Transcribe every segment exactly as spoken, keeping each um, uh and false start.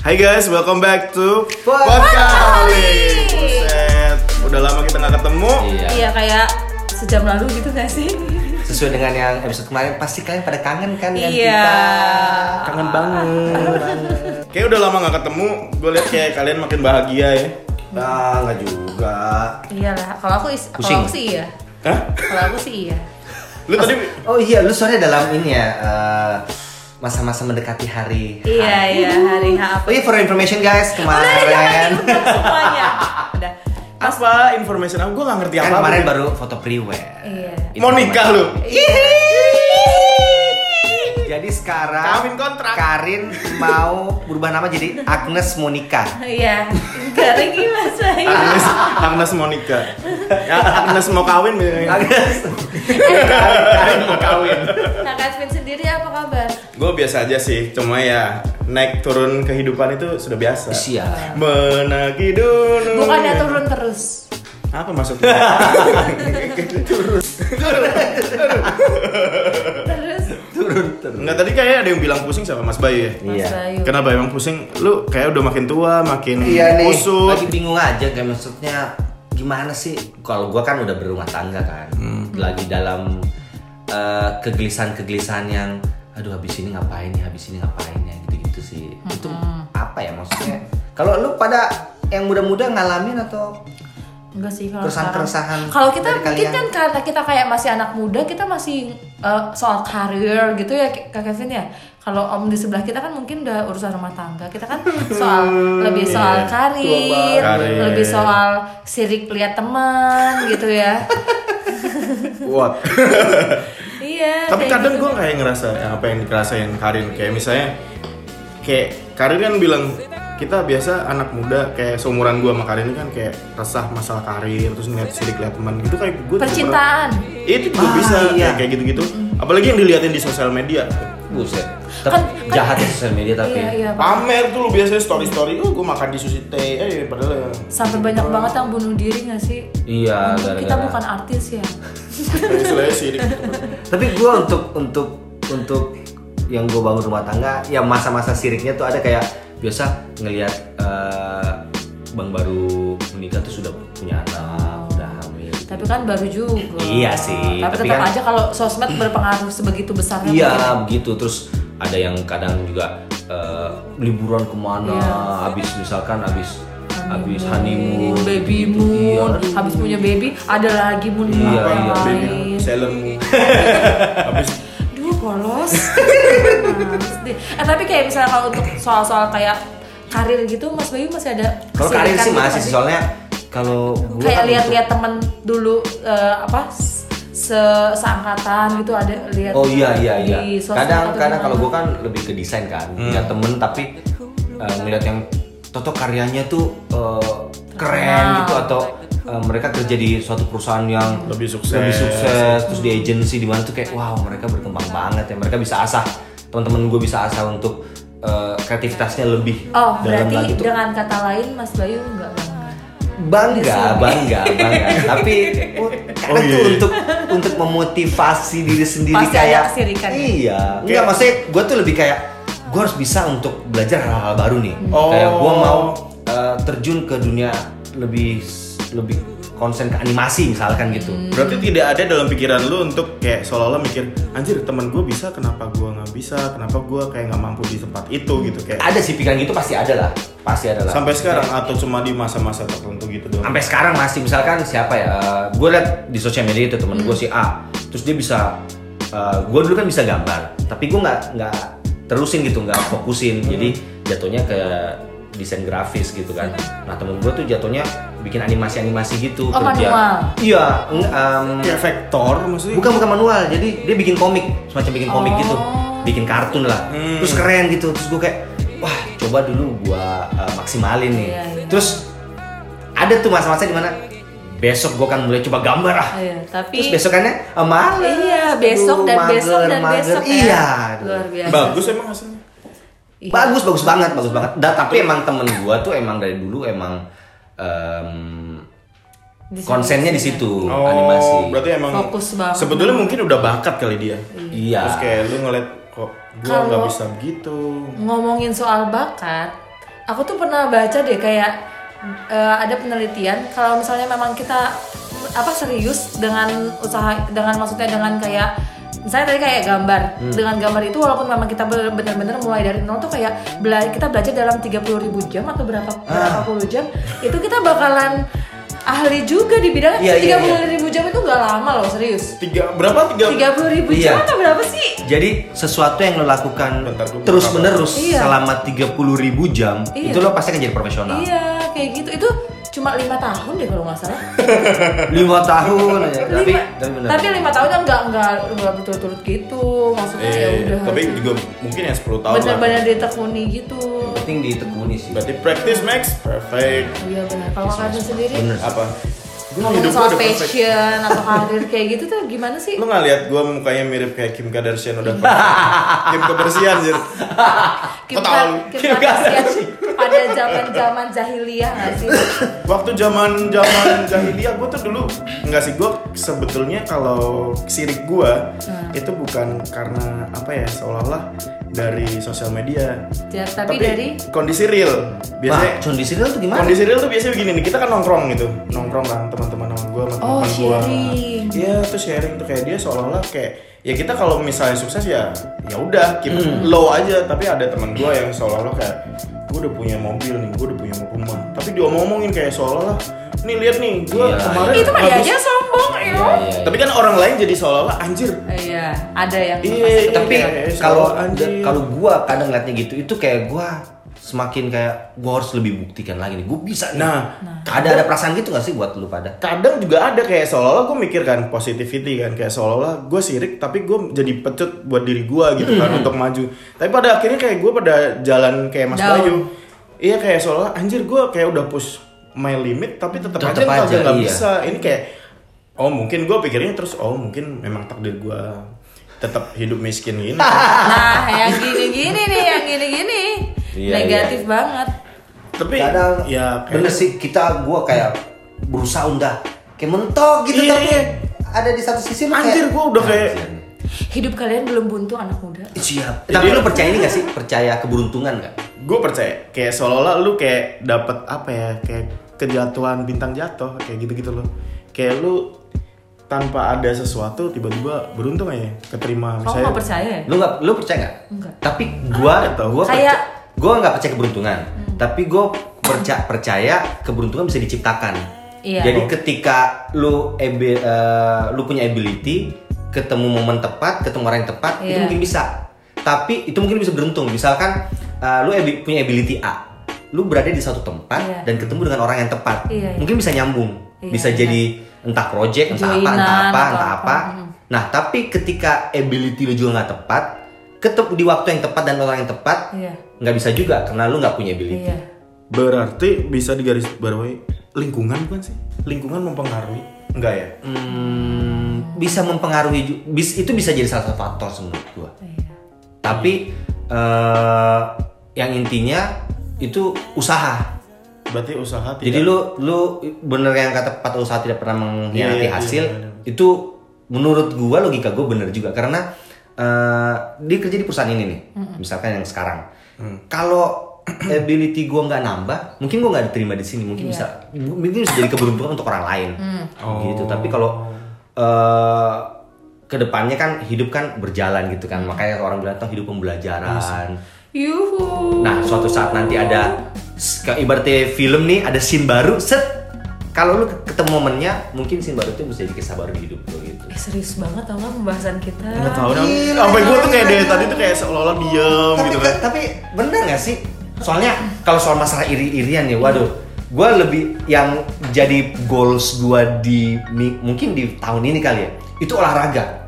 Hai guys, welcome back to Podcaholic. Buset, udah lama kita nggak ketemu. Iya. Iya kayak sejam lalu gitu nggak sih? Sesuai dengan yang episode kemarin, pasti kalian pada kangen kan dengan Iya. kita. Kangen banget. Kayak udah lama nggak ketemu, gue lihat kayak kalian makin bahagia ya. Nah, nggak juga. Iyalah, kalau aku is- Pusing. kalau aku sih iya. Hah? Kalau aku sih iya. Lu tadi Oh iya, lu soalnya dalam ini ya eh, masa-masa mendekati hari H. Iya iya hari H apa? Oh iya, for information guys, Udah jangan kemarin diundang semuanya. Udah. Pas apa information aku? Gue nggak ngerti kan apa. kemarin baru foto pre-wed. Iya. Itu Mau nikah lu? Jadi sekarang Kawin kontrak. Karin mau berubah nama jadi Agnes Monica. Iya. Garing gimana saya? Agnes, Agnes Monica. Ya, Agnes mau kawin biasanya. Agnes. Karin mau kawin. Nah, Kevin sendiri apa kabar? Gue biasa aja sih, cuma ya naik turun kehidupan itu sudah biasa. Siap. Menagi dulu. Bukannya turun terus. Apa maksudnya? Terus Turun turun. Enggak, tadi kayak ada yang bilang pusing sama Mas Bayu ya. Mas Iya. Bayu. Kenapa emang pusing? Lu kayak udah makin tua, makin Iya nih, kusut. lagi bingung aja kayak maksudnya gimana sih? Kalau gua kan udah berumah tangga kan, Hmm. lagi dalam uh, kegelisahan-kegelisahan yang, aduh habis ini ngapain ya, habis ini ngapain ya, gitu-gitu sih. Itu apa ya maksudnya? Kalau lu pada yang muda-muda ngalamin atau Enggak sih kalau keresahan-keresahan sekarang. Kalau kita dari mungkin kalian? kan karena kita kayak masih anak muda, kita masih uh, soal karir gitu ya Kak Kevin ya. Kalau om di sebelah kita kan mungkin udah urusan rumah tangga. Kita kan soal lebih soal Iya, karir, Karir. lebih soal sirik lihat teman gitu ya. What? Iya. Tapi kayak kadang gitu. gue kayak ngerasa yang apa yang dikerasain Karin, kayak misalnya kayak Karin kan bilang kita biasa anak muda kayak seumuran gue sama Karin ini kan kayak resah masalah karir, terus ngeliat sirik lihat teman gitu, kayak gue percintaan. itu gue Ah, bisa iya. kayak, kayak gitu-gitu. Apalagi yang diliatin di sosial media. buset. Tapi Kan- kan- jahat ya sosial media tapi. Iya, iya, Pak. Pamer tuh lu biasanya story-story, oh gue makan di sushi teh, eh padahal Sampai banyak banget yang bunuh diri nggak sih? Iya, Untung kita gara-gara. bukan artis ya. istilahnya sirik. Tapi gue untuk untuk untuk yang gue bangun rumah tangga, ya masa-masa siriknya tuh ada kayak biasa ngelihat eh, bang baru menikah tuh sudah punya anak, udah hamil. Tapi kan baru juga. Iya sih, Tapi, tapi tetap kan- aja kalau sosmed berpengaruh sebegitu besarnya. Iya mungkin. begitu. Terus ada yang kadang juga eh, liburan kemana, Iya. habis misalkan habis habis Honeymoon, honeymoon, baby gitu-gitu. Iya, moon, aduh. habis punya baby, ada lagi moon Iya, yang iya, baby lain. Sailor Moon. Habis Duh polos. Males deh. Eh tapi kayak misalnya kalau untuk soal-soal kayak karir gitu, Mas Bayu masih ada Kalau karir kesirikan sih gitu masih nggak sih, sih? soalnya kalau gua Kayak kan lihat-lihat temen dulu eh, apa se seangkatan gitu, ada lihat Oh iya iya iya. di sosmed Kadang atau kadang gimana? kalau gue kan lebih ke desain kan, punya temen tapi uh, ngeliat yang toto karyanya tuh uh, keren Terkenal. gitu, atau uh, mereka kerja di suatu perusahaan yang Lebih sukses. lebih sukses, terus di agency di mana tuh kayak wow mereka berkembang banget ya, mereka bisa asah, teman-teman gue bisa asah untuk uh, kreativitasnya lebih Oh, dalam berarti lagi tuh. dengan kata lain Mas Bayu enggak bangga. Bangga, bangga, bangga. Tapi kadang Oh, iya. tuh untuk untuk memotivasi diri sendiri Pasti ada kayak kesirikan ya? iya. Enggak, Kayak- maksudnya gue tuh lebih kayak gue harus bisa untuk belajar hal-hal baru nih. Oh. Kayak gue mau uh, terjun ke dunia lebih lebih konsen ke animasi misalkan gitu. berarti tidak ada dalam pikiran lu untuk kayak seolah-olah mikir, anjir teman gue bisa, kenapa gue nggak bisa, kenapa gue kayak nggak mampu di tempat itu gitu kayak. Ada sih pikiran gitu, pasti ada lah, pasti ada lah. Sampai sekarang atau cuma di masa-masa tertentu gitu doang? Sampai sekarang masih, misalkan siapa ya, uh, gue liat di sosial media itu temen gue si A, terus dia bisa, uh, gue dulu kan bisa gambar, tapi gue nggak nggak terusin gitu, nggak fokusin, jadi jatuhnya ke desain grafis gitu kan. Nah temen gue tuh jatuhnya bikin animasi-animasi gitu, Oh, kerja. manual? Iya, eng- um, Kayak vektor maksudnya? bukan bukan manual, jadi dia bikin komik, semacam bikin komik Oh. gitu, bikin kartun lah, Hmm. terus keren gitu, terus gue kayak, wah coba dulu gue uh, maksimalin nih, Iya, iya. terus ada tuh masa-masa dimana besok gue kan mulai coba gambar ah, Iya, tapi terus besokannya ah, males. Iya, besok Aduh, dan mager, besok dan mager. besok ya. Iya, Luar biasa. Bagus emang hasilnya? Iya. bagus bagus banget, bagus banget. Da, tapi emang temen gue tuh emang dari dulu emang em, Di situ- konsennya di situ Oh, animasi. berarti emang Fokus banget. sebetulnya mungkin udah bakat kali dia. Iya. Terus kayak lu ngeliat kok gua Kalau- nggak bisa begitu. Ngomongin soal bakat, aku tuh pernah baca deh kayak uh, ada penelitian kalau misalnya memang kita apa serius dengan usaha, dengan maksudnya dengan kayak misalnya tadi kayak gambar, hmm. dengan gambar itu walaupun memang kita benar-benar mulai dari nol tuh kayak bela- kita belajar dalam tiga puluh ribu jam atau berapa ah. berapa puluh jam itu kita bakalan ahli juga di bidangnya. Iya, tiga puluh iya, ribu jam itu nggak lama loh, serius. Tiga berapa? tiga puluh ribu iya. jam atau berapa sih? Jadi sesuatu yang lo lakukan Bentar, terus menerus iya. selama tiga puluh ribu jam iya. itu lo pasti akan jadi profesional. Iya, kayak gitu. Itu cuma lima tahun deh kalau nggak salah. lima tahun ya. Tapi lima, tapi benar. Tapi lima tahun kan nggak nggak nggak berturut-turut gitu. Maksudnya eh, ya udah. Tapi juga mungkin ya sepuluh tahun. Benar-benar ditekuni gitu. Yang penting ditekuni sih. Berarti practice makes perfect. Oh, iya benar. Kalau kalian sendiri Bener. Apa? ngomong soal passion atau karir kayak gitu tuh gimana sih? Lu nggak lihat gue mukanya mirip kayak Kim Kardashian udah Kim kebersihan sih. Kim, Ka- Kim Kardashian pada zaman-zaman jahiliyah nggak sih? Waktu zaman zaman jahiliyah gue tuh dulu nggak sih, gue sebetulnya kalau sirik gue hmm. itu bukan karena apa ya, seolah-olah dari sosial media, ya, tapi, tapi dari kondisi real. Biasanya nah, kondisi real tuh gimana? Kondisi real tuh biasanya begini nih, kita kan nongkrong gitu, nongkrong kan teman-teman teman gue, sama oh, teman gue. Iya, tuh sharing. sharing tuh kayak dia seolah-olah kayak ya kita kalau misalnya sukses ya ya udah keep hmm. low aja, tapi ada teman gue yang seolah-olah kayak gue udah punya mobil nih, gue udah punya rumah, tapi diomong-omongin kayak seolah-olah nih lihat nih gue iya, kemarin itu mah aja sombong ya. Iya, iya. Tapi kan orang lain jadi seolah-olah anjir. Iya, ada yang iya, tapi iya, kalau anjir. kalau gua kadang ngeliatnya gitu, itu kayak gua semakin kayak gua harus lebih buktikan lagi nih, gua bisa nih. Nah, nah. ada ada perasaan gitu gak sih buat lu pada? Kadang juga ada kayak seolah-olah gue mikir kan positivity kan, kayak seolah-olah gue sirik tapi gue jadi pecut buat diri gue gitu kan untuk maju. Tapi pada akhirnya kayak gue pada jalan kayak Mas Down. Bayu. Iya kayak seolah anjir gue kayak udah push my limit tapi tetap aja Tetep aja, nggak iya. bisa. Ini kayak oh mungkin gue pikirnya terus oh mungkin memang takdir gue tetap hidup miskin gini. Nah, yang gini-gini nih, yang gini-gini. Iya, negatif iya. banget. Tapi kadang ya kayak bener sih, kita gua kayak berusaha udah kayak mentok gitu, iya, tapi iya. ada di satu sisi lu anjir kayak gue udah kayak Hidup kalian belum buntu anak muda. siap. Jadi- Tapi lu percaya ini gak sih? Percaya keberuntungan gak? gue percaya kayak seolah-olah lu kayak dapat apa ya, kayak kejatuhan bintang jatuh kayak gitu-gitu loh, kayak lu tanpa ada sesuatu tiba-tiba beruntung aja keterima Kamu misalnya. nggak percaya ya? Lu nggak, lu percaya nggak? Enggak. Tapi gua, Ah, tau. gua Kayak- percaya, gua nggak percaya keberuntungan. Hmm. Tapi gua percaya, percaya keberuntungan bisa diciptakan. Iya. Jadi ketika lu ebi, uh, lu punya ability, ketemu momen tepat, ketemu orang yang tepat, itu Iya. mungkin bisa. Tapi itu mungkin bisa beruntung. Misalkan uh, lu ebi, punya ability A, lu berada di satu tempat Iya. dan ketemu dengan orang yang tepat, Iya, iya. mungkin bisa nyambung, Iya, bisa iya. jadi entah project, entah apa, Joinan entah apa, atau entah apa. apa. Hmm. Nah, tapi ketika ability lu juga nggak tepat, ketemu di waktu yang tepat dan orang yang tepat, Iya. nggak bisa juga karena lu nggak punya ability. Iya. Berarti bisa digaris bawahi lingkungan bukan sih? Lingkungan mempengaruhi? Enggak ya? Hmm, bisa mempengaruhi, ju- bis, itu bisa jadi salah satu faktor sih menurut gua. Iya. Tapi eh, yang intinya itu usaha. Berarti usaha tidak. Jadi lu lu bener yang kata kata usaha tidak pernah mengkhianati Iya, iya, hasil. iya, iya. Itu menurut gua, logika gua bener juga karena eh, dia kerja di perusahaan ini nih, misalkan yang sekarang. Kalau ability gua nggak nambah, mungkin gua nggak diterima di sini, mungkin Iya. bisa mungkin bisa jadi keberuntungan untuk orang lain. Oh. Gitu. Tapi kalau eh kedepannya kan hidup kan berjalan gitu kan, makanya orang bilang tuh hidup pembelajaran. Yuhu. Nah, suatu saat nanti ada kayak ibaratnya film nih, ada scene baru, set. Kalau lu ketemu momennya, mungkin scene baru itu bisa jadi kisah baru di hidup lu gitu. Eh, serius banget tau nggak pembahasan kita? Nggak tahu dong. Gila, Sampai gue tuh kayak gila. dari tadi tuh kayak seolah-olah diem Tapi, gitu kan. tapi bener gak sih? Soalnya kalau soal masalah iri-irian ya, waduh, gue lebih yang jadi goals gue di mi- mungkin di tahun ini kali ya, itu olahraga.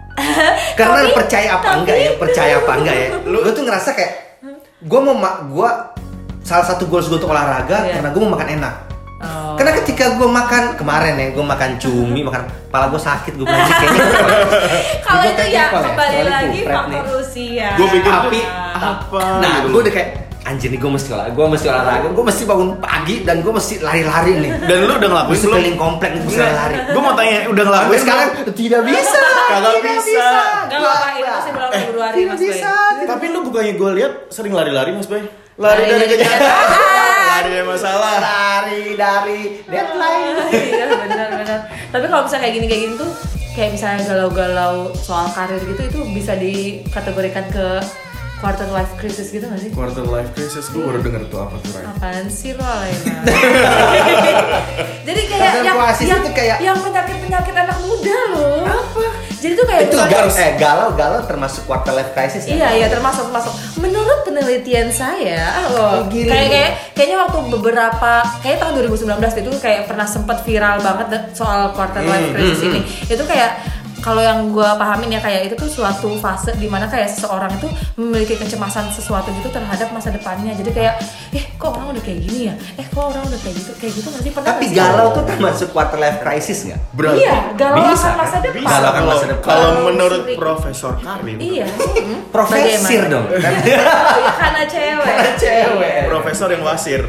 Karena Tapi- percaya apa tapi- enggak ya, percaya apa enggak ya, gue tuh ngerasa kayak gue mau ma- gue salah satu goals gue untuk olahraga Iya. karena gue mau makan enak. Oh. Karena ketika gue makan kemarin ya, gue makan cumi, makan kepala gue sakit, gue bilang "Ini kayaknya Kalau Gua itu kayaknya ya apa ya? kembali Soalnya lagi kupret nih. faktor usia. Gue pikir tuh Tapi- apa? Nah, gitu. gue udah kayak anjir nih, gue mesti olahraga, gue mesti olahraga, gue mesti bangun pagi dan gue mesti lari-lari nih. Dan lu udah ngelakuin Mesti belum? keliling komplek nih, mesti lari. Gue mau tanya, udah ngelakuin Sampai sekarang tidak bisa. Kagak tidak bisa. Gak apa-apa, ini masih bulan Februari Tidak Mas Boy. bisa. Tapi lu bukannya gue lihat sering lari-lari Mas Bay? Lari dari dari kenyataan. Lari dari masalah. Lari dari deadline. Iya benar-benar. Tapi kalau misalnya kayak gini kayak gini tuh kayak misalnya galau-galau soal karir gitu itu bisa dikategorikan ke quarter life crisis gitu nggak sih? Quarter life crisis gue baru denger tuh apa tuh Ray? Apaan sih lo Alena? Jadi kayak Quarter yang crisis yang, itu kayak- yang penyakit-penyakit anak muda loh. Apa? Jadi tuh kayak Itu misalnya- gal- eh galau-galau termasuk quarter life crisis ya? Iya iya termasuk termasuk. Menurut penelitian saya, Oh, loh, gini. kayak kayak kayaknya waktu beberapa kayak tahun dua ribu sembilan belas itu kayak pernah sempat viral banget de- soal quarter life Hmm, crisis hmm, ini. Itu kayak kalau yang gue pahamin ya kayak itu tuh suatu fase dimana kayak seseorang itu memiliki kecemasan sesuatu gitu terhadap masa depannya. Jadi kayak, eh kok orang udah kayak gini ya? Eh kok orang udah kayak gitu? Kayak gitu nggak sih? Pernah Tapi nggak sih? galau tuh termasuk quarter life crisis nggak? Berarti Iya, galau Bisa, akan masa kan? depan. Bisa. Galau akan kalau masa depan. kalau Galau menurut sendiri. Profesor Karim, Iya. Hmm. Profesir Bagaimana? dong. Kan? Oh, ya, karena cewek. Cewek. Profesor yang wasir.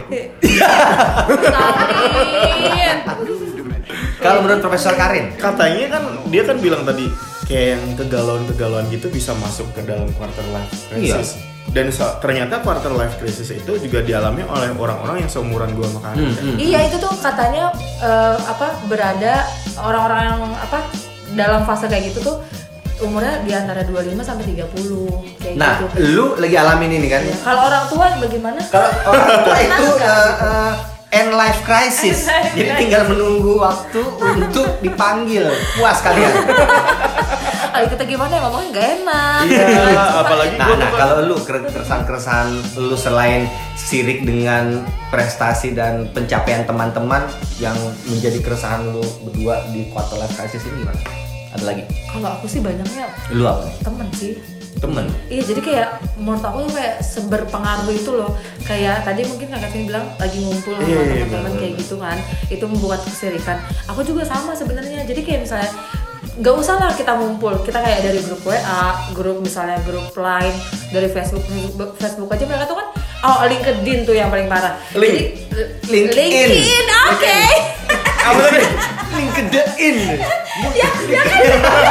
Amin. Kalau menurut Profesor Karin, Katanya kan dia kan bilang tadi kayak yang kegalauan-kegalauan gitu bisa masuk ke dalam quarter life crisis. Dan so- ternyata quarter life crisis itu juga dialami oleh orang-orang yang seumuran gua sama Karin. Hmm, hmm. Iya itu tuh katanya eh, apa berada orang-orang yang apa dalam fase kayak gitu tuh umurnya di antara dua puluh lima sampai tiga puluh kayak nah gitu. lu lagi alamin ini kan? Ya, kalau orang tua bagaimana? Kalau orang tua Pernah itu nggak? uh, uh, end life crisis, End life jadi crisis. tinggal menunggu waktu untuk dipanggil. Puas kalian. Ayo kita gimana ya ngomongnya nggak enak. Iya, apalagi Nah, gua nah bukan- kalau lu keresahan-keresahan lu selain sirik dengan prestasi dan pencapaian teman-teman yang menjadi keresahan lu berdua di quarter life crisis ini gimana? Ada lagi? Kalau aku sih banyaknya Lu apa? temen sih. Temen? Iya jadi kayak menurut aku tuh kayak seberpengaruh itu loh. Kayak tadi mungkin Kak Kevin bilang lagi ngumpul sama Iya, iya, teman-teman bener, kayak bener. gitu kan. Itu membuat kesirikan. Aku juga sama sebenarnya. Jadi kayak misalnya nggak usah lah kita ngumpul, kita kayak dari grup W A, grup misalnya grup Line, dari Facebook, Facebook, Facebook aja mereka tuh kan, oh LinkedIn tuh yang paling parah. Link- Jadi, LinkedIn. LinkedIn, oke. Apa tadi? LinkedIn. ya, ya kan.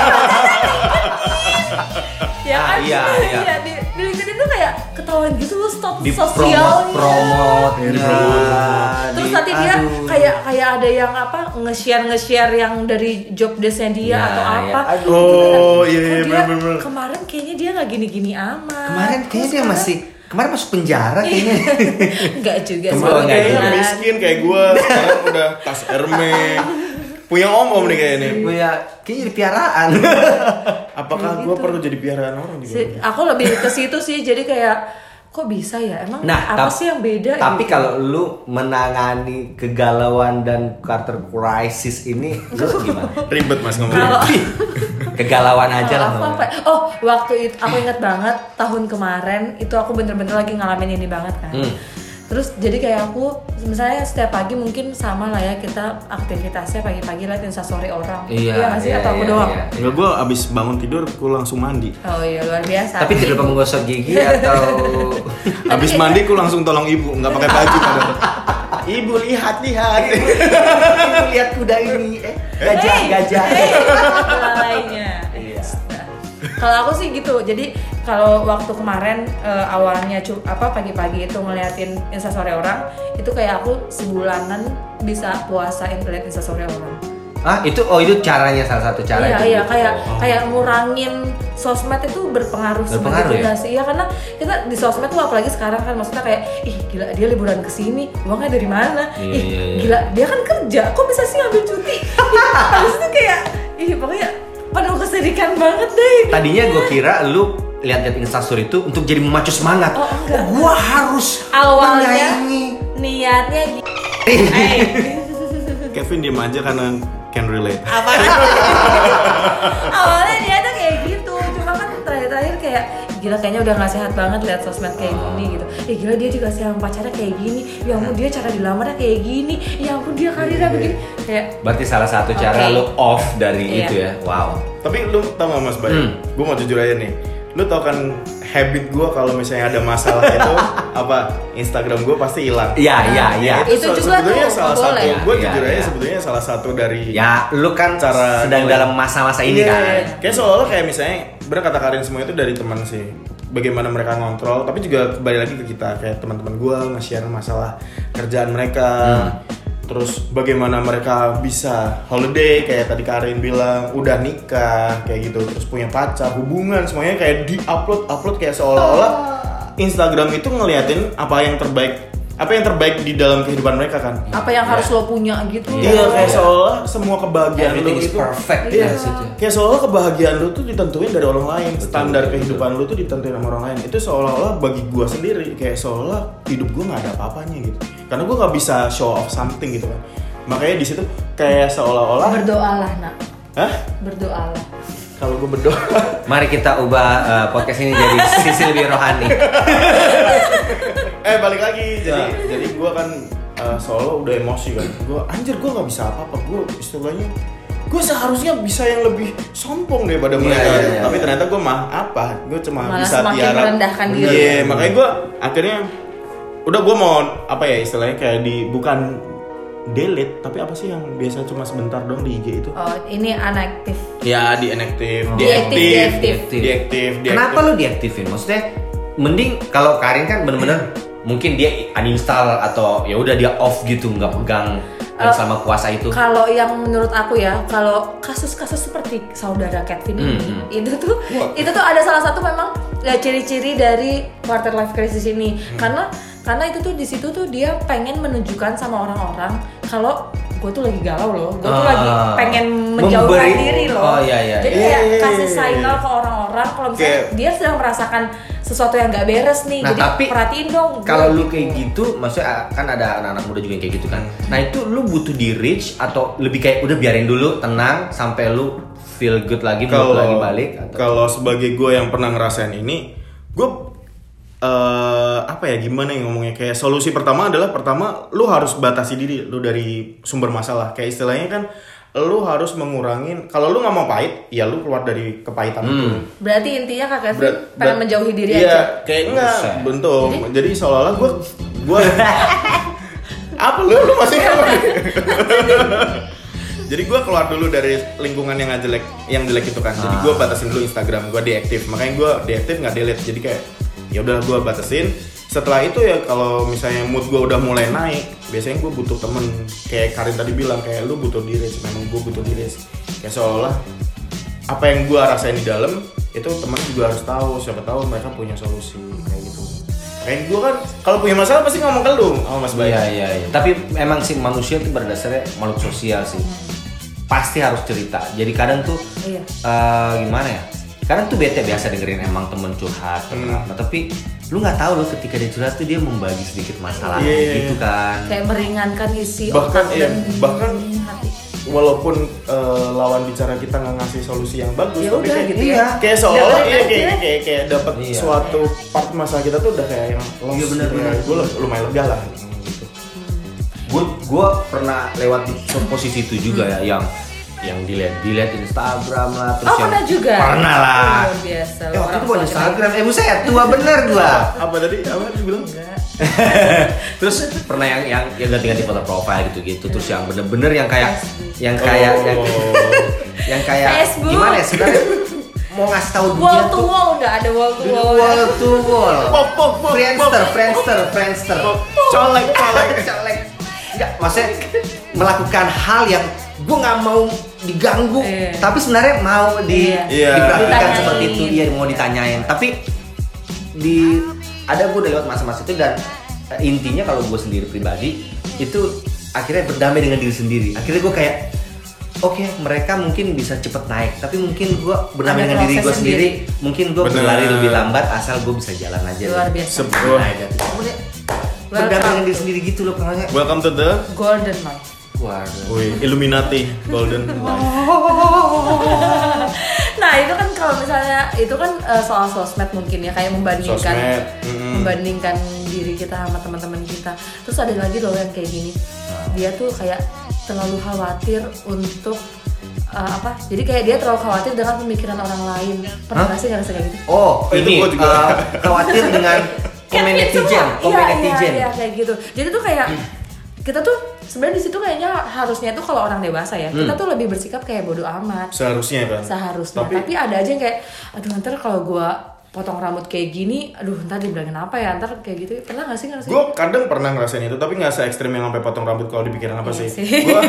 ya Ah, kan? iya, iya. di, di LinkedIn tuh kayak ketahuan gitu loh status Di sosialnya. promote, Terus nanti dia kayak kayak ada yang apa nge-share nge-share yang dari job desk-nya dia Ya, atau ya. apa. Aduh. Oh, iya, Kok iya, dia bener-bener. Kemarin kayaknya dia nggak gini-gini amat. Kemarin kayaknya Terus dia sekarang- masih kemarin masuk penjara kayaknya. Enggak juga sih. Kemarin Kemarin kayaknya Beneran. miskin kayak gua, sekarang udah tas Hermes. Punya om-om nih kayak ini. Gue ya kayaknya jadi piaraan. Apakah Kayak gua gitu. perlu jadi piaraan orang juga? Si- aku lebih ke situ sih jadi kayak kok bisa ya emang Nah, apa tap- sih yang beda Tapi gitu? kalau lu menangani kegalauan dan quarter crisis ini, lu gimana? Ribet mas Kalau- ngomongnya. Kegalauan aja lah. Kalau aku apa? Oh, waktu itu aku ingat banget tahun kemarin itu aku bener-bener lagi ngalamin ini banget kan. Hmm. Terus jadi kayak aku misalnya setiap pagi mungkin sama lah ya kita aktivitasnya pagi-pagi liat instastory orang. Iya, nggak sih iya, atau aku iya, doang? iya. Enggak, gua abis bangun tidur gua langsung mandi. Oh iya luar biasa. Tapi tidak lupa menggosok gigi atau Abis kayak- mandi gua langsung tolong ibu, nggak pakai baju padahal. Ibu lihat lihat. Ibu lihat kuda ini, eh gajah Hey, gajah. hey, lainnya. Iya. Kalau aku sih gitu. Jadi kalau waktu kemarin eh, awalnya cu- apa pagi-pagi itu ngeliatin instastory orang, itu kayak aku sebulanan bisa puasain ngeliat instastory orang. Ah itu oh itu caranya salah satu cara Iya itu. iya kayak Oh. kayak ngurangin sosmed itu berpengaruh Berpengaruh sebenarnya ya? sih. Iya karena kita di sosmed tuh apalagi sekarang kan maksudnya kayak ih gila dia liburan ke sini, uangnya dari mana? Iya, ih iya, iya. gila dia kan kerja, kok bisa sih ambil cuti? Ih, habis itu kayak ih pokoknya penuh kesedihan banget deh. Tadinya gue kira lu lihat-lihat instastory itu untuk jadi memacu semangat. Oh, enggak. Gua harus Awalnya menyayangi. niatnya gitu. Eh, Kevin diem aja karena can relate. apa awalnya dia tuh kayak gitu cuma kan terakhir-terakhir kayak gila kayaknya udah nggak sehat banget lihat sosmed kayak gini gitu eh gila dia juga sama pacarnya kayak gini ya ampun dia cara dilamarnya kayak gini ya ampun dia karirnya begini kayak Berarti salah satu cara Oke. lu off dari Iya. itu ya. Wow. Tapi lu tau gak mas Bayu? Hmm. Gue mau jujur aja nih. Lu tau kan habit gue kalau misalnya ada masalah itu apa Instagram gue pasti hilang. Iya iya iya. Itu se- juga sebetulnya tuh, salah nggak satu. boleh. Gue Iya, jujur iya. aja sebetulnya salah satu dari. Ya, lu kan Cara sedang mulai. dalam masa-masa ini Iya, kan. Kayak seolah-olah kayak misalnya bener kata Karin semua itu dari teman sih. bagaimana mereka ngontrol, tapi juga kembali lagi ke kita kayak teman-teman gue nge-share masalah kerjaan mereka. Hmm. Terus bagaimana mereka bisa holiday kayak tadi Karin bilang, udah nikah kayak gitu, terus punya pacar, hubungan, semuanya kayak di-upload upload kayak seolah-olah Instagram itu ngeliatin apa yang terbaik, apa yang terbaik di dalam kehidupan mereka kan. Apa yang ya. harus lo punya gitu. Iya, kayak seolah semua kebahagiaan everything lo is itu perfect iya. ya situ. Kayak seolah kebahagiaan lo tuh ditentuin dari orang lain, Betul, standar betul, kehidupan betul. lo tuh ditentuin sama orang lain. Itu seolah-olah bagi gua sendiri kayak seolah hidup gua nggak ada apa-apanya gitu. Karena gua nggak bisa show off something gitu kan. Makanya di situ kayak seolah-olah berdoalah, Nak. Hah? Berdoalah. Kalau gue berdoa. Mari kita ubah uh, podcast ini jadi sisi lebih rohani. eh balik lagi. Jadi nah. jadi gue kan uh, solo udah emosi kan. Gue anjir gue nggak bisa apa-apa. Gue istilahnya gue seharusnya bisa yang lebih sombong daripada mereka. Yeah, yeah, yeah, Tapi yeah. ternyata gue mah apa? Gue cuma malah bisa semakin tiarap. merendahkan diri. Iya, yeah, makanya gue akhirnya udah gue mau apa ya istilahnya kayak di bukan delete, tapi apa sih yang biasa cuma sebentar dong di I G itu? Oh, ini unactive. Ya, diinaktif, Oh. diaktif, Diaktif, diaktif. diaktif, diaktif. Kenapa lu diaktifin? Maksudnya mending kalau Karin kan bener-bener mungkin dia uninstall atau ya udah dia off gitu, nggak pegang uh, selama puasa itu. Kalau yang menurut aku ya, kalau kasus-kasus seperti saudara Kevin ini, Hmm. itu tuh Wah. itu tuh ada salah satu memang ya, ciri-ciri dari quarter life crisis ini. Hmm. Karena karena itu tuh di situ tuh dia pengen menunjukkan sama orang-orang kalau gue tuh lagi galau loh, gue tuh Ah. lagi pengen menjauhkan Memberi. diri loh. Oh, iya, iya, Jadi iya. kayak Iya, iya, kasih iya, signal iya. ke orang-orang kalau misalnya Kayak- dia sedang merasakan sesuatu yang nggak beres nih. Nah, Jadi tapi perhatiin dong. Kalau gue lu gitu. kayak gitu, maksudnya kan ada anak-anak muda juga yang kayak gitu kan. Nah itu lu butuh di reach atau lebih kayak udah biarin dulu tenang sampai lu feel good lagi, mood Kalau lagi balik. Atau? kalau sebagai gue yang pernah ngerasain ini, gue uh, apa ya gimana yang ngomongnya kayak solusi pertama adalah pertama lu harus batasi diri lu dari sumber masalah. Kayak istilahnya kan lu harus mengurangin, kalau lu nggak mau pahit ya lu keluar dari kepahitan Hmm. itu. Berarti intinya Kak Kevin Berat- pengen berat- menjauhi diri iya, aja. kayak enggak Buset. bentuk. Jadi? Jadi, seolah-olah gue gue apa lu lu masih apa? Jadi gue keluar dulu dari lingkungan yang nggak jelek, yang jelek itu kan. Jadi gue batasin dulu Instagram, gue deaktif. Makanya gue deaktif nggak delete. Jadi kayak ya udah gue batasin. Setelah itu ya kalau misalnya mood gue udah mulai naik, biasanya gue butuh temen. Kayak Karin tadi bilang kayak lu butuh diri. Memang gue butuh diri. Kayak seolah apa yang gue rasain di dalam itu teman juga harus tahu. Siapa tahu mereka punya solusi kayak gitu. Kayak gue kan kalau punya masalah pasti ngomong ke lu sama Mas Bayu. Iya iya iya. Tapi emang sih manusia tuh berdasarnya makhluk sosial sih. Pasti harus cerita. Jadi kadang tuh Iya. eh, gimana ya? Kadang tuh bete biasa dengerin emang temen curhat, Hmm. apa. Tapi lu nggak tahu loh ketika dia curhat tuh dia membagi sedikit masalah Iya, iya, gitu iya. kan. Kayak meringankan isi Bahkan, otak iya, dan bahkan hati. Walaupun uh, lawan bicara kita nggak ngasih solusi yang bagus, Ya tapi udah kayak gitu iya. ya. kayak seolah Dengerin iya aja. kayak kayak kayak dapat Iya. suatu part masalah kita tuh udah kayak yang lost. Iya, benar-benar. Gue lumayan lega lah gitu. Gue gue pernah lewat di posisi itu juga ya yang yang dilihat dilihat Instagram lah terus Oh, yang pernah juga? pernah lah. Luar biasa. Eh, waktu Orang itu buat tua Instagram, eh buset tua bener gua. Apa tadi? Apa tadi bilang? Enggak. Terus pernah yang yang yang ganti-ganti foto profile gitu-gitu, terus yang bener-bener yang kayak Facebook. yang kayak Oh. yang yang kayak Facebook. gimana ya sebenarnya mau ngasih tahu dunia Wall to tuh wall udah ada wall to wall. wall to wall. Pop pop pop. Friendster, Friendster, Friendster. Colek colek. Colek. Enggak, maksudnya melakukan hal yang gue nggak mau diganggu, Iya. tapi sebenarnya mau di Iya. Iya. diperhatikan Ditanyain. seperti itu, iya mau ditanyain. Tapi di ada gue udah lewat masa-masa itu dan eh, intinya kalau gue sendiri pribadi itu akhirnya berdamai dengan diri sendiri. Akhirnya gue kayak oke mereka mungkin bisa cepet naik, tapi mungkin gue berdamai Ada dengan diri proses gue sendiri. sendiri. Mungkin gue Bener. berlari lebih lambat asal gue bisa jalan aja. Luar biasa. Sebuah Nah, gitu. Kemudian berdamai dengan diri sendiri gitu loh pokoknya. Welcome to the Golden life. Waduh. Wih, Illuminati Golden Life. Nah itu kan kalau misalnya itu kan eh, soal sosmed mungkin ya kayak membandingkan Sosmed, mm-mm. membandingkan diri kita sama teman-teman kita. Terus ada lagi loh yang kayak gini, dia tuh kayak terlalu khawatir untuk eh, apa? Jadi kayak dia terlalu khawatir dengan pemikiran orang lain. Pernah Hah? nggak sih ngerasa kayak gitu? Oh, Itu ini gua juga. uh, khawatir dengan komen Kayak netizen, semua. komen Iya, netizen. Iya, iya, kayak gitu. Jadi tuh kayak kita tuh sebenarnya di situ kayaknya harusnya tuh kalau orang dewasa ya, kita Hmm. tuh lebih bersikap kayak bodo amat. Seharusnya kan. Seharusnya. Tapi- Tapi, ada aja yang kayak aduh ntar kalau gua potong rambut kayak gini, aduh ntar dibilangin apa ya, ntar kayak gitu. Pernah nggak sih ngerasain? Gue kadang pernah ngerasain itu, tapi nggak se ekstrim yang sampai potong rambut kalau dipikirin apa Iya sih. sih. Gue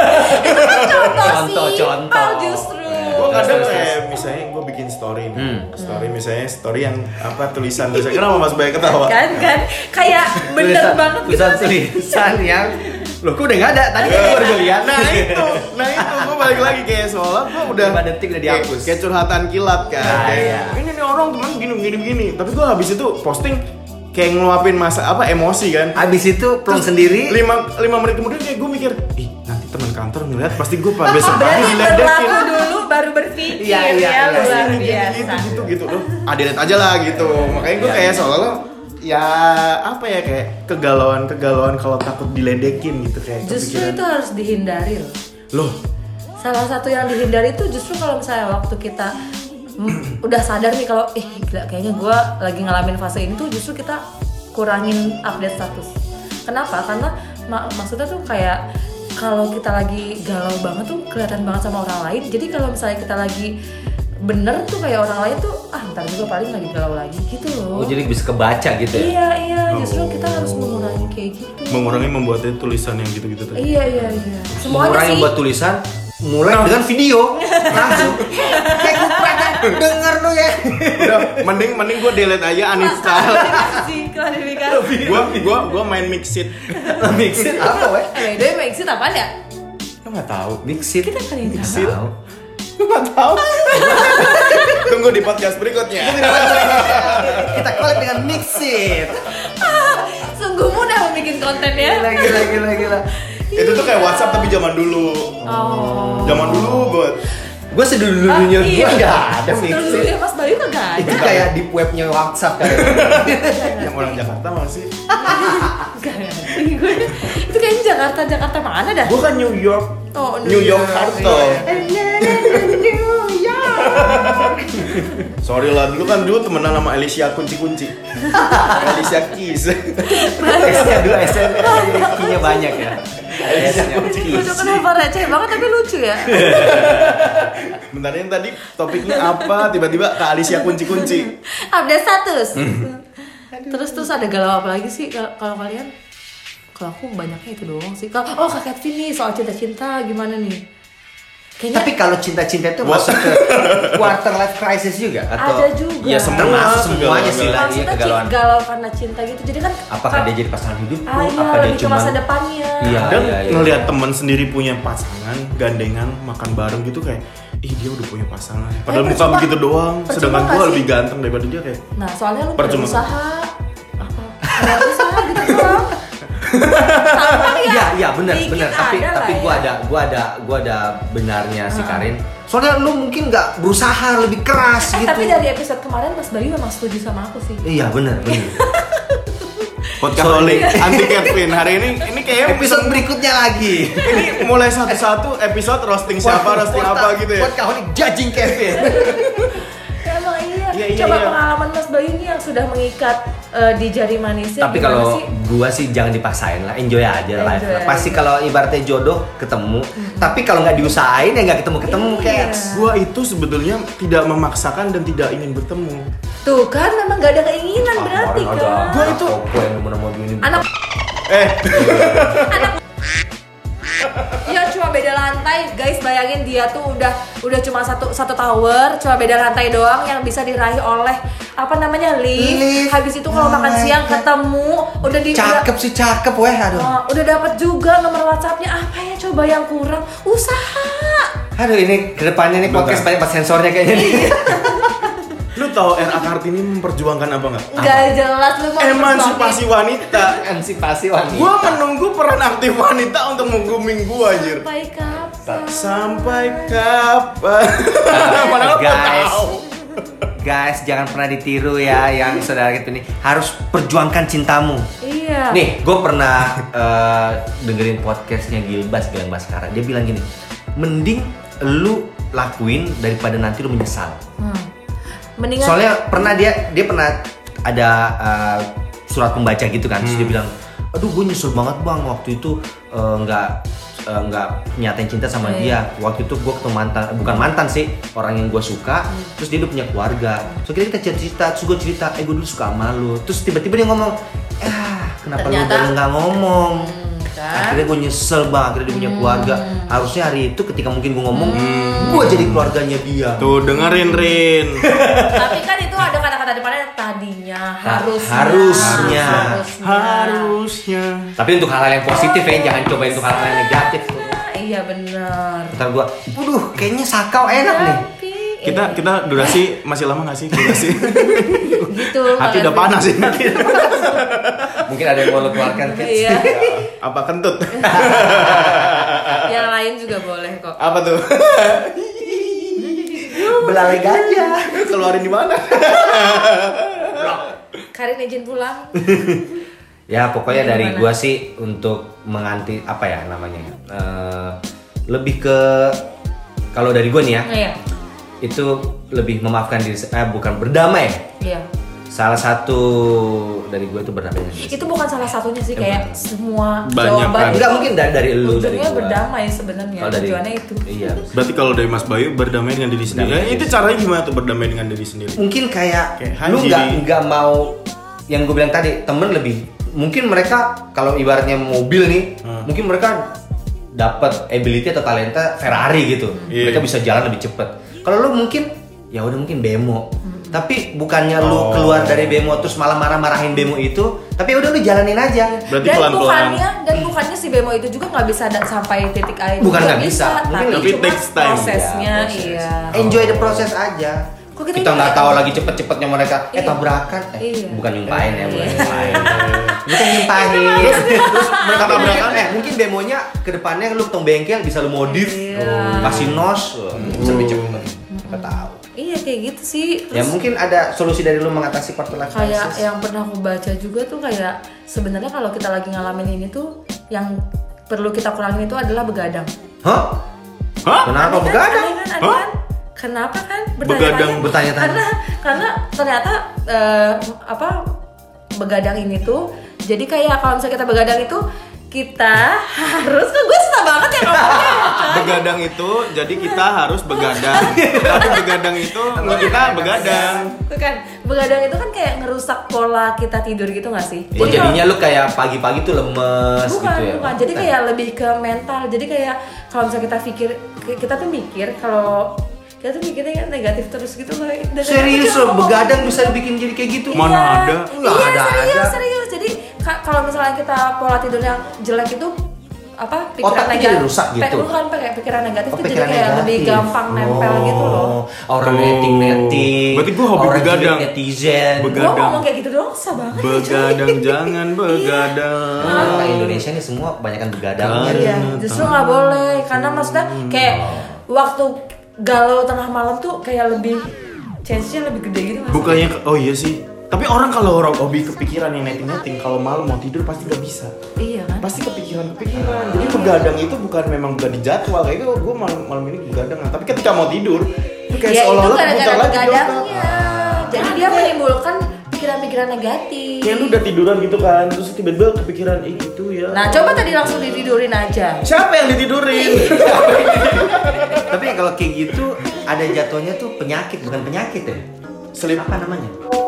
Contoh, Contoh, simpel contoh. justru. gue kadang kayak misalnya gue bikin story nih, Hmm. story misalnya story yang apa tulisan tulisan. Kenapa Mas Bay ketawa? Kan kan kayak bener Tulisan- banget gitu. tulisan tulisan yang loh kok udah nggak ada tadi kan gue udah lihat. Nah itu, nah itu gue balik lagi kayak soalnya gue udah Lima detik udah kayak- dihapus. Kayak curhatan kilat kan. Nah, Kayak, iya. ini nih orang teman gini gini gini. Tapi gue habis itu posting kayak ngeluapin masa apa emosi kan. Abis itu plong sendiri. lima lima menit kemudian kayak gue mikir, ih nanti teman kantor ngeliat pasti gue pada besok pagi Berarti diledekin. berlaku dulu baru berpikir Iya, iya, ya, iya. luar Gitu, biasa. gitu gitu gitu loh. Adelit aja lah gitu. Makanya gue kayak seolah-olah ya apa ya kayak kegalauan kegalauan kalau takut diledekin gitu kayak Justru kepikiran. itu harus dihindari loh. Loh, Salah satu yang dihindari itu justru kalau misalnya waktu kita mm, udah sadar nih kalau eh gila kayaknya gue lagi ngalamin fase ini tuh justru kita kurangin update status. Kenapa? Karena mak- maksudnya tuh kayak kalau kita lagi galau banget tuh kelihatan banget sama orang lain. Jadi kalau misalnya kita lagi bener tuh kayak orang lain tuh ah ntar juga paling lagi galau lagi gitu loh. Oh jadi bisa kebaca gitu ya? Iya iya justru Oh. kita harus mengurangi kayak gitu. mengurangi membuatnya tulisan yang gitu-gitu tadi. Iya iya iya. Semuanya Orang sih. yang buat tulisan mulai dengan video langsung kayak kupratnya denger lu ya. Udah, mending mending gue delete aja uninstall. Klarifikasi, klarifikasi. Gua gua gua main Mixit. Mixit apa weh? Eh, dia Mixit apaan ya? Lo nggak tahu? Mixit. Kita kali ini Mixit. Tahu. Lo nggak tahu? Tunggu di podcast berikutnya. Kita collab dengan Mixit. Sungguh mudah membuat konten ya. Gila gila gila gila. Itu tuh kayak WhatsApp tapi zaman dulu. Oh. Zaman dulu buat Gue sedulu-dulunya Ah, gue nggak ada Dulu Mixit. ya Mas Bayu kagak ada. Itu kayak deep webnya WhatsApp kan. yang orang Jakarta masih. Nggak ngerti gue. Itu kayaknya Jakarta Jakarta mana dah? Gua kan New York. Oh, New York Cartel. New York. Sorry lah, dulu kan dulu temenan sama Alicia kunci-kunci. Alicia Keys. S-nya dulu S-nya key-nya banyak ya. S-nya Itu kenapa receh banget tapi lucu ya? Bentar ini tadi topiknya apa? Tiba-tiba ke Alicia kunci-kunci. Update status. Terus terus ada galau apa lagi sih kalau kalau kalian? Kalau aku banyaknya itu doang sih. Kalau oh Kak Kevin nih soal cinta-cinta gimana nih? Kayaknya Tapi kalau cinta-cinta itu What? masuk ke quarter life crisis juga atau ada juga. Ya, semua. termasuk semuanya sih lah iya Maksudnya kegalauan. ci- galau karena cinta gitu. Jadi kan Apakah dia jadi pasangan hidupku? ah, iya, apa dia lebih ke cuma masa depannya. Iya. Dan iya. ngelihat teman sendiri punya pasangan, gandengan, makan bareng gitu kayak, ih dia udah punya pasangan. Padahal muka percuma- begitu doang, percuma sedangkan nggak gua sih? lebih ganteng daripada dia kayak. Nah, soalnya lu Percuma. berusaha apa? Ada usaha gitu doang. Sama ya. Iya, iya benar, Dikit benar. Tapi ada tapi lah gua ya. ada gua ada gua ada benarnya si Ah. Karin. Soalnya lu mungkin nggak berusaha lebih keras Eh, gitu. tapi dari episode kemarin Mas Bayu memang setuju sama aku sih. Iya benar, benar. Podcast Holik anti Kevin hari ini ini kayak Episode berikutnya lagi. ini mulai satu-satu episode roasting siapa, roasting apa gitu ya. Podcast judging Kevin. Emang iya. Iya, iya, Coba iya. pengalaman Mas Bayu nih yang sudah mengikat eh, di jari manisnya. Tapi gimana kalau sih? gua sih jangan dipaksain lah, enjoy aja life. Enjoy lah. Pasti aja. kalau ibaratnya jodoh ketemu, tapi kalau nggak diusahain ya nggak ketemu-ketemu Iya. kayak. Gua itu sebetulnya tidak memaksakan dan tidak ingin bertemu. Tuh kan memang gak ada keinginan berarti kan. Gua itu- Gua yang mau gini. Anak Eh, ya cuma beda lantai, guys. Bayangin dia tuh udah udah cuma satu satu tower, cuma beda lantai doang yang bisa diraih oleh apa namanya lift. Lift. Habis itu kalau Oh makan my siang God. ketemu, udah di Cakep sih cakep weh aduh. udah, oh, udah dapat juga nomor WhatsAppnya. Apa ya coba yang kurang? Usaha. Aduh ini kedepannya nih podcast banyak pas sensornya kayaknya nih. lu tahu R A Kartini memperjuangkan apa nggak? Nggak jelas lu mau Emansipasi wanita. Emansipasi wanita. Gua menunggu peran aktif wanita untuk meng-grooming gua anjir. sampai kapan? Sampai kapan? Padahal gua Guys. tahu. Guys, jangan pernah ditiru ya yang saudara kita ini harus perjuangkan cintamu. Iya. Nih, gue pernah eh, dengerin podcastnya Gilbas bilang Baskara. Dia bilang gini, mending lu lakuin daripada nanti lu menyesal. Hmm. Mendingan Soalnya pernah dia dia pernah ada eh, surat pembaca gitu kan, terus dia bilang, aduh gue nyesel banget bang waktu itu eh, nggak uh, nggak nyatain cinta sama Hmm. dia. Waktu itu gue ketemu mantan, bukan mantan sih, orang yang gue suka. Hmm. Terus dia udah punya keluarga. So kita kita cerita, terus gue cerita, eh gue dulu suka sama lu. Terus tiba-tiba dia ngomong, ah kenapa Ternyata- lu baru nggak ngomong? Hmm, kan? Akhirnya gue nyesel bang, akhirnya dia punya keluarga. Harusnya hari itu ketika mungkin gue ngomong, gue jadi keluarganya dia. Tuh dengerin Rin. Tapi kan itu ada kata-kata depannya tadinya, harusnya, harusnya. harusnya. Harusnya. Tapi untuk hal-hal yang positif ya, jangan cobain untuk hal-hal yang negatif. Iya benar. Ntar gue, waduh kayaknya sakau enak nih. Tapi Kita kita durasi masih lama nggak sih durasi? gitu. Hati udah makanya. panas sih. Mungkin ada yang mau lo keluarkan kids. Iya. Apa kentut? Yang lain juga boleh kok. Apa tuh? Belalai gajah. Keluarin di mana? Karin izin pulang. Ya pokoknya Gimana? dari gua sih untuk menganti apa ya namanya eh, lebih ke kalau dari gua nih ya Iya. itu lebih memaafkan diri se- eh bukan berdamai. Iya. Salah satu dari gua itu berdamai dengan diri. Itu bukan salah satunya sih kayak semua Banyak jawaban kan. Enggak mungkin dari dari lu dari ujungnya gua. berdamai sebenarnya. Kalau dari Tujuannya itu. Iya. Berarti kalau dari Mas Bayu berdamai dengan diri sendiri. Berdamai Eh, itu diri caranya gimana tuh berdamai dengan diri sendiri? Mungkin kayak, Kayak lu Hanji. nggak nggak mau yang gue bilang tadi temen lebih mungkin mereka kalau ibaratnya mobil nih Hmm. mungkin mereka dapat ability atau talenta Ferrari gitu Iya. mereka bisa jalan lebih cepet kalau lu mungkin ya udah mungkin bemo tapi bukannya lu Oh. keluar dari bemo terus malah marah-marahin bemo itu tapi ya udah lu jalanin aja Berarti dan pelan-pelan. bukannya dan bukannya si bemo itu juga nggak bisa da- sampai titik akhir. Bukan juga nggak bisa. Mungkin tapi lebih cuma takes time. prosesnya Ya, proses. iya. enjoy the process aja. Kok kita Kita ini nggak kayak- tahu lagi cepet-cepetnya mereka eh Iya. tabrakan eh Iya. bukan nyumpahin ya bukan Iya. nyumpahin bukan nyumpahin terus mereka tabrakan eh mungkin demonya ke depannya lu ketemu bengkel bisa lu modif Iya. kasih nos bisa lebih cepet nggak tahu Iya kayak gitu sih. ya Terus mungkin ada solusi dari lu mengatasi quarter life kayak crisis yang pernah aku baca juga tuh kayak sebenarnya kalau kita lagi ngalamin ini tuh yang perlu kita kurangin itu adalah begadang. hah Hah? kenapa Aneh kan? begadang Aneh kan? Aneh Hah? kan? Kenapa kan? Begadang, bertanya-tanya. Karena karena ternyata eh, apa begadang ini tuh jadi kayak kalau misalnya kita begadang itu kita harus kok gue susah banget ya ngomongnya. Begadang itu jadi kita harus begadang. Tapi begadang itu kita begadang. Tuh kan begadang itu kan kayak ngerusak pola kita tidur gitu nggak sih? oh kalau- jadinya lu kayak pagi-pagi tuh lemes bukan gitu ya bukan jadi kayak lebih ke mental jadi kayak kalau misalnya kita pikir kita tuh mikir kalau kita tuh mikirnya kan negatif terus gitu loh. Dan serius aku lo ngomong- begadang bisa bikin jadi kayak gitu Mana Iya. ada? Nggak Iya ada serius aja. serius jadi ka- kalau misalnya kita pola tidurnya jelek itu apa pikiran Otak tuh negatif jadi rusak gitu? bukan pakai pikiran negatif Oh, tuh jadi pikiran kayak negatif. lebih gampang nempel Oh, gitu loh. Orang Oh. netting-netting. Berarti gua hobi orang begadang. julid netizen. Bega- Gue ngomong kayak gitu doang susah banget ya, cuy. Begadang jangan begadang. Orang Indonesia ini semua kebanyakan begadang. Iya, justru nggak boleh karena maksudnya kayak waktu galau tengah malam tuh kayak lebih chance-nya lebih gede gitu nggak sih? Bukannya oh iya sih. Tapi orang kalau orang hobi kepikiran yang netting-netting kalau malam mau tidur pasti gak bisa. Iya kan? Pasti kepikiran-kepikiran. Jadi begadang itu bukan memang bukan di jadwal kayak gue gue malam, malam ini begadang. Tapi ketika mau tidur itu kayak Ya itu seolah-olah gara-gara putar lagi di otak. begadangnya. Jadi dia menimbulkan pikiran-pikiran negatif. Kayak lu udah tiduran gitu kan, terus tiba-tiba kepikiran eh gitu ya. Nah, coba tadi langsung ditidurin aja. Siapa yang ditidurin? Tapi kalau kayak gitu ada jatuhnya tuh penyakit bukan penyakit ya. Sleep Apa namanya?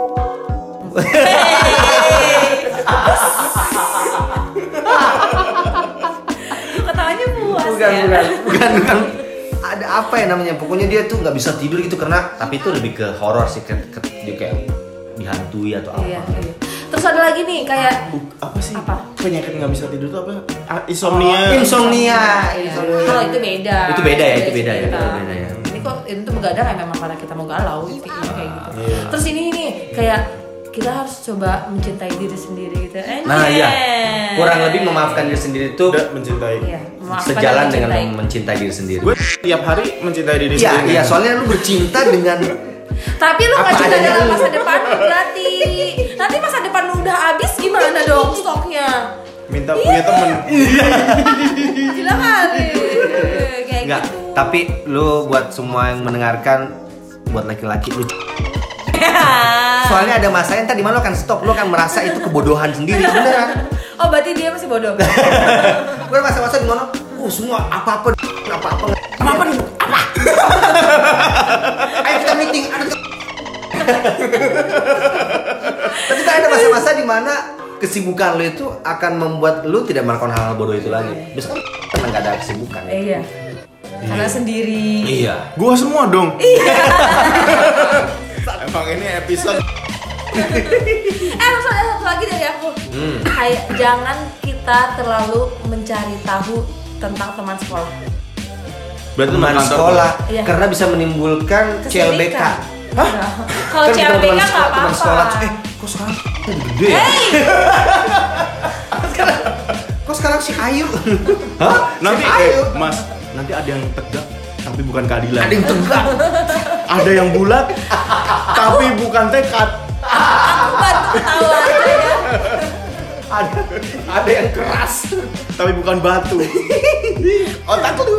Ketawanya puas Bukan, ya. bukan, bukan, bukan. Ada apa ya namanya? Pokoknya dia tuh nggak bisa tidur gitu karena tapi itu lebih ke horor sih, ke, ke, dia kayak dihantui atau apa. Iya, iya. Terus ada lagi nih kayak Bu- apa sih? Apa? Penyakit nggak bisa tidur tuh apa? Ah, insomnia. Insomnia. Iya. Insomnia. Kalau itu beda. Itu beda ya, itu beda ya, cerita. itu beda ya. Ini kok ini tuh begadang ya memang karena kita mau galau intinya kayak gitu. Iya. Terus ini nih kayak kita harus coba mencintai diri sendiri gitu. Eh, Nah iya, kurang lebih memaafkan diri sendiri itu Udah mencintai. Iya, memaafkan sejalan dan dengan mencintai. mencintai diri sendiri. Gue tiap hari mencintai diri Iya, sendiri. iya, soalnya lu bercinta dengan Tapi lu Apa nggak cinta adanya dalam lu. masa depan lu berarti. Nanti masa depan lu udah habis gimana dong stoknya? minta punya temen. Gila kali. Kayak enggak, gitu. tapi lu buat semua yang mendengarkan buat laki-laki lu soalnya ada masanya entar di mana lu akan stop, lu akan merasa itu kebodohan sendiri beneran. Oh berarti dia masih bodoh. Gue masa-masa di mana? Uh, semua apa-apa apa-apa apa-apa nih. Apa? Ayo kita meeting. Ada Tapi tak ada masa-masa di mana kesibukan lu itu akan membuat lu tidak melakukan hal-hal bodoh itu lagi. Biasanya karena nggak ada kesibukan. Eh, iya. Karena sendiri. Iya. Gua semua dong. Iya. Emang ini episode. Eh, maksudnya satu lagi dari aku. Hmm. Kayak jangan kita terlalu mencari tahu tentang teman sekolah. Berarti Teman kantor sekolah Iya. karena bisa menimbulkan C L B K. Hah? Kalau C L B K nggak teman sekolah, apa-apa. eh kok sekarang gede ya? sekarang, kok sekarang si Ayu? Hah? Nanti Si Ayu? eh, Mas, nanti ada yang tegak tapi bukan keadilan. Ada yang tegak. Ada yang bulat tapi bukan tekad. Aku bantu ketawa aja ya. ada ada yang keras Tapi bukan batu. otak lu.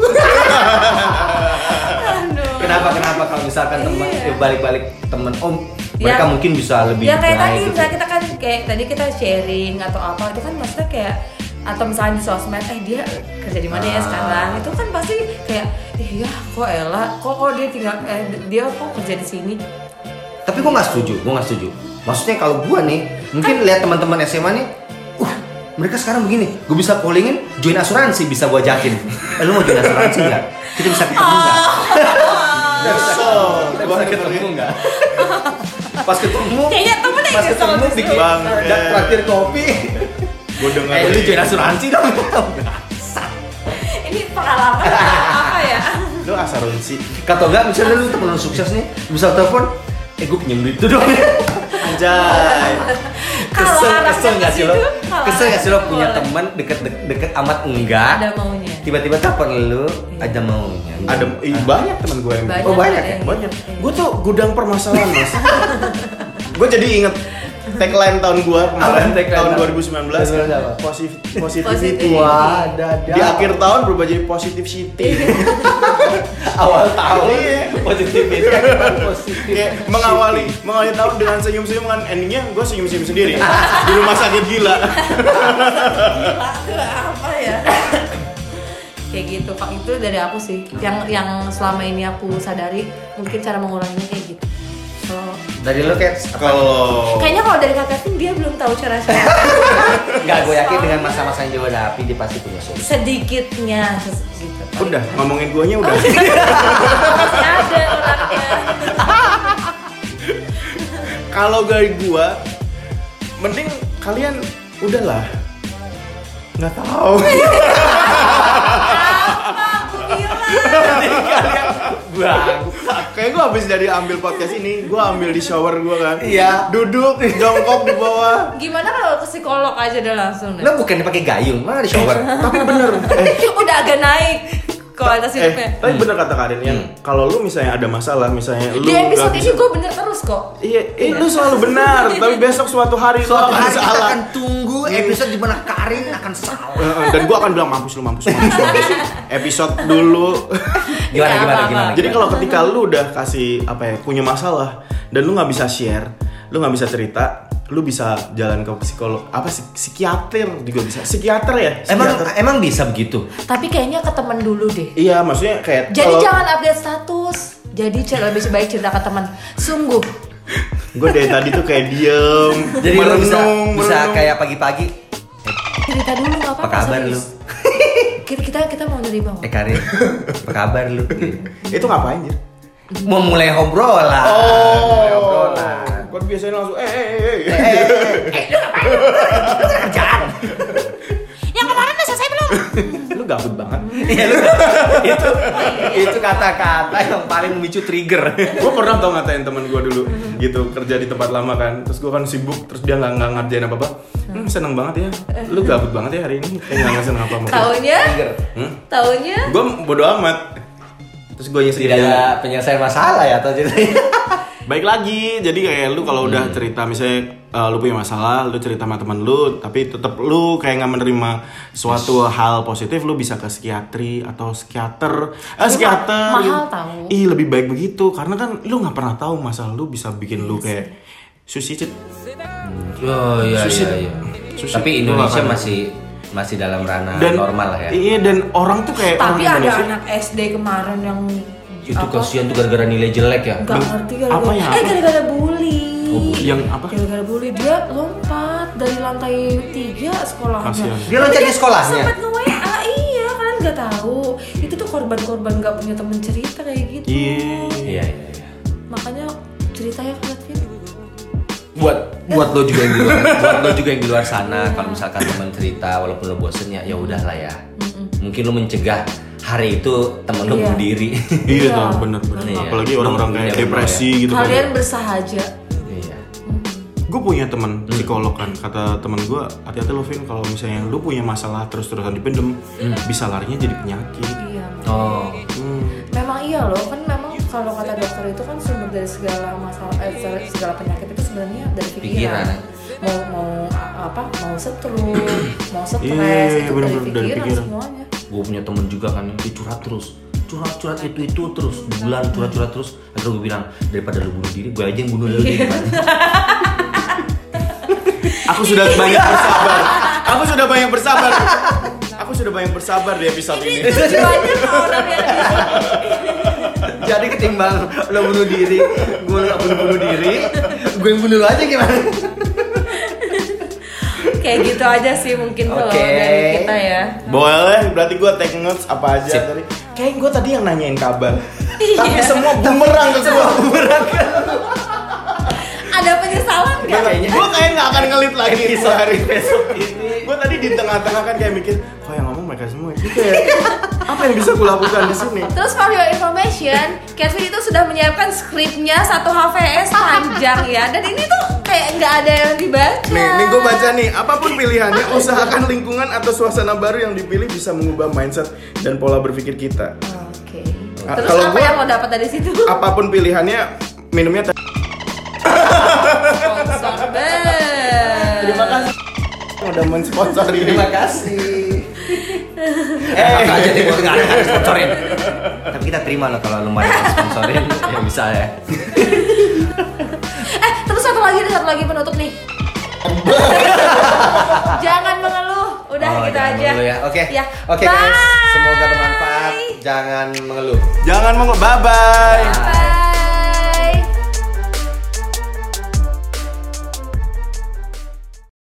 Aduh. Kenapa kenapa kalau misalkan teman Iya. eh, balik-balik teman om mereka Ya. mungkin bisa lebih Ya kayak tadi gitu. misalnya kita kan kayak tadi kita sharing atau apa itu kan maksudnya kayak atau misalnya di sosmed eh dia kerja di mana ya Ah. sekarang itu kan pasti kayak eh ya kok Ella kok kok dia tinggal eh, dia kok kerja di sini. Tapi gue nggak setuju, gue nggak setuju. Maksudnya kalau gue nih, mungkin lihat teman-teman S M A nih, uh, mereka sekarang begini, gue bisa callingin, join asuransi bisa gue ajakin. Eh, lu mau join asuransi nggak? Kita bisa ketemu nggak? Kita bisa kita bisa ketemu nggak? Pas ketemu, Kayaknya temen yang pas kesel ketemu justru. bikin Bang, dan eh. traktir kopi. Gue dengar. Eh, lu join asuransi dong. Ini pengalaman apa ya? Lu asuransi. Kata enggak, misalnya lu temen lu sukses nih, bisa telepon, eh gue pinjam duit tuh dong. Anjay. Kalau Kesel, arahnya kesel ke nggak sih lo? situ, kalau Kesel nggak sih lo arahnya punya boleh. teman deket-deket amat enggak? Ada maunya. Tiba-tiba telepon lu, ada maunya. Ada ih, banyak teman gue yang Banyak. Oh, banyak ada ya? yang banyak. gitu. Gue tuh gudang permasalahan mas. Gue jadi inget tagline tahun gue kemarin Apa tagline tahun apa? dua ribu sembilan belas Tagline apa? Positif Positivity. positivity. Wah, dadah. Di akhir tahun berubah jadi positive city. awal tahun Iya. positivity akhir positif. Kayak mengawali mengawali tahun dengan senyum-senyum kan endingnya gue senyum-senyum sendiri di rumah sakit gila. Gila tuh apa ya? Kayak gitu Pak, itu dari aku sih yang yang selama ini aku sadari mungkin cara menguranginya kayak gitu. Kalau Dari lo kayak Kalau kayaknya kalau dari Kak Kevin dia belum tahu cara cara nggak, gue yakin dengan masa-masa yang jauh hadapi dia pasti punya solusi. sedikitnya ses- gitu. udah ngomongin guanya udah. Masih ada orangnya. Kalau dari gua mending kalian udahlah nggak tahu. Bang. Kayak gua habis dari ambil podcast ini, gua ambil di shower gua kan. Iya. Duduk jongkok di bawah. Gimana kalau ke psikolog aja udah langsung deh. Lo bukan pakai gayung, mana di shower? Tapi bener. Eh, Udah agak naik kualitas eh hidupnya. tapi bener kata Karin yang Hmm. kalau lu misalnya ada masalah, misalnya lu Di episode nggak ini bisa- gue bener terus kok. Iya, eh, lu selalu benar. Tapi besok suatu hari lu Suatu akan hari kita salah. akan tunggu episode di mana Karin akan salah. Eh, eh, Dan gua akan bilang mampus lu mampus mampus. mampus. Episode dulu. Gimana Ya, gimana apa-apa. gimana? Jadi kalau ketika lu udah kasih apa ya punya masalah dan lu nggak bisa share, lu nggak bisa cerita, lu bisa jalan ke psikolog apa sih psikiater juga bisa psikiater ya emang psikiater. emang bisa begitu? Tapi kayaknya ke temen dulu deh. Iya maksudnya kayak Jadi kalau- jangan update status. Jadi cer- lebih baik cerita ke teman. Sungguh. gue dari tadi tuh kayak diem Jadi lo bisa merenung bisa merenung. kayak pagi-pagi. Cerita dulu nggak apa-apa. Apa kabar serius. lu? Kita kita kita mau nerima kok. Eh Karin, apa kabar lu? itu ngapain Jir? Mau mulai obrolan. Mulai obrolan. Kan biasanya langsung eh eh eh eh. Kerjaan. Yang kemarin udah selesai belum? Lu gabut banget. Iya lu. Itu itu kata-kata yang paling memicu trigger. Gue pernah tau ngatain temen gue dulu gitu kerja di tempat lama kan, terus gue kan sibuk, terus dia nggak nggak ngerjain apa apa. Hmm, seneng banget ya. Lu gabut banget ya hari ini. Kayak nggak seneng apa apa. Taunya? Trigger. Hmm? Taunya? Gue bodo amat. Terus gue Tidak sendiri ada penyelesaian masalah ya atau jadi. baik lagi. Jadi kayak lu kalau udah cerita misalnya uh, lu punya masalah, lu cerita sama teman lu, tapi tetap lu kayak nggak menerima suatu hal positif, lu bisa ke psikiatri atau psikiater. Eh psikiater. mahal tahu. Ih lebih baik begitu karena kan lu nggak pernah tahu masalah lu bisa bikin lu kayak suicide. Oh iya Suicide. iya iya. Suicide. Tapi Lu Indonesia akan- masih masih dalam ranah Dan normal lah ya. Iya, dan orang tuh kayak Tapi orang ada Indonesia. anak S D kemarin yang Itu apa? kasihan tuh gara-gara nilai jelek ya. Gak ngerti gara-gara apa ya, Eh apa? gara-gara bully. Oh, yang apa? Gara-gara bully dia lompat dari lantai tiga sekolahnya. Kasihan. Dia loncat di sekolahnya? Sempat nge-W A, iya kalian nggak tahu. Itu tuh korban-korban nggak punya temen cerita kayak gitu. Iya. Iya, iya, iya. Makanya cerita ya Kak Fit. Buat buat lo juga yang di luar, buat lo juga yang di luar sana, kalau misalkan teman cerita walaupun lo bosen ya, ya udahlah ya. Mungkin lo mencegah hari itu temen lo Iya. bunuh diri. Iya, Iya. tuh bener-bener. Iya. Apalagi orang-orang kayak Iya, depresi gitu Kalian kan. bersahaja. Iya. Gue punya teman psikolog kan, kata teman gue, hati-hati lo Vin, kalau misalnya lu punya masalah terus-terusan dipendem, bisa larinya jadi penyakit. Iya. Oh. Hmm. Memang iya loh, kan memang kalau kata dokter itu kan sumber dari segala masalah eh, segala penyakit itu sebenarnya dari pikiran. Pikiran. Mau mau a- apa? Mau stroke, mau stres Iya, itu dari bener-bener pikiran, dari pikiran. semuanya. Gue punya temen juga kan, dia curhat terus curhat-curhat itu itu terus bulan curhat-curhat terus. Akhirnya gue bilang, daripada lu bunuh diri, gue aja yang bunuh lu. Aku sudah banyak bersabar. Aku sudah banyak bersabar. Aku sudah banyak bersabar di episode ini. Tujuannya kalau udah biar Jadi ketimbang lo bunuh diri, gue gak bunuh bunuh diri, gue yang bunuh lo aja gimana? kayak gitu aja sih mungkin kalau Oke. dari kita ya. Boleh, berarti gue take notes apa aja Sip. tadi. Kayak gue tadi yang nanyain kabar. Tapi semua bumerang ke gue. Ada penyesalan nggak? Kayaknya Gue kayak nggak akan ngelit lagi sehari besok ini. Gue tadi di tengah-tengah kan kayak mikir, kok yang ngomong mereka semua itu kayak apa yang bisa gue lakukan di sini? Terus for your information, Kevin itu sudah menyiapkan skripnya satu H V S panjang ya. Dan ini tuh kayak nggak ada yang dibaca. Nih, nih gue baca nih. Apapun pilihannya, usahakan lingkungan atau suasana baru yang dipilih bisa mengubah mindset dan pola berpikir kita. Oke. Ah, Terus kalau apa gua- yang lo dapat dari situ? Apapun pilihannya, minumnya teh. Sponsor banget. Terima kasih udah mensponsori. Terima kasih. Eh, aja deh, gue nggak ada yang sponsorin. Tapi kita terima loh kalau lumayan sponsorin, ya bisa ya. Eh, terus satu lagi nih, satu lagi penutup nih. Jangan mengeluh. Udah Oh, gitu jangan aja. mengeluh ya. Oke. Ya. Oke guys, Bye. semoga bermanfaat. Jangan mengeluh. Jangan mau bye bye. Bye.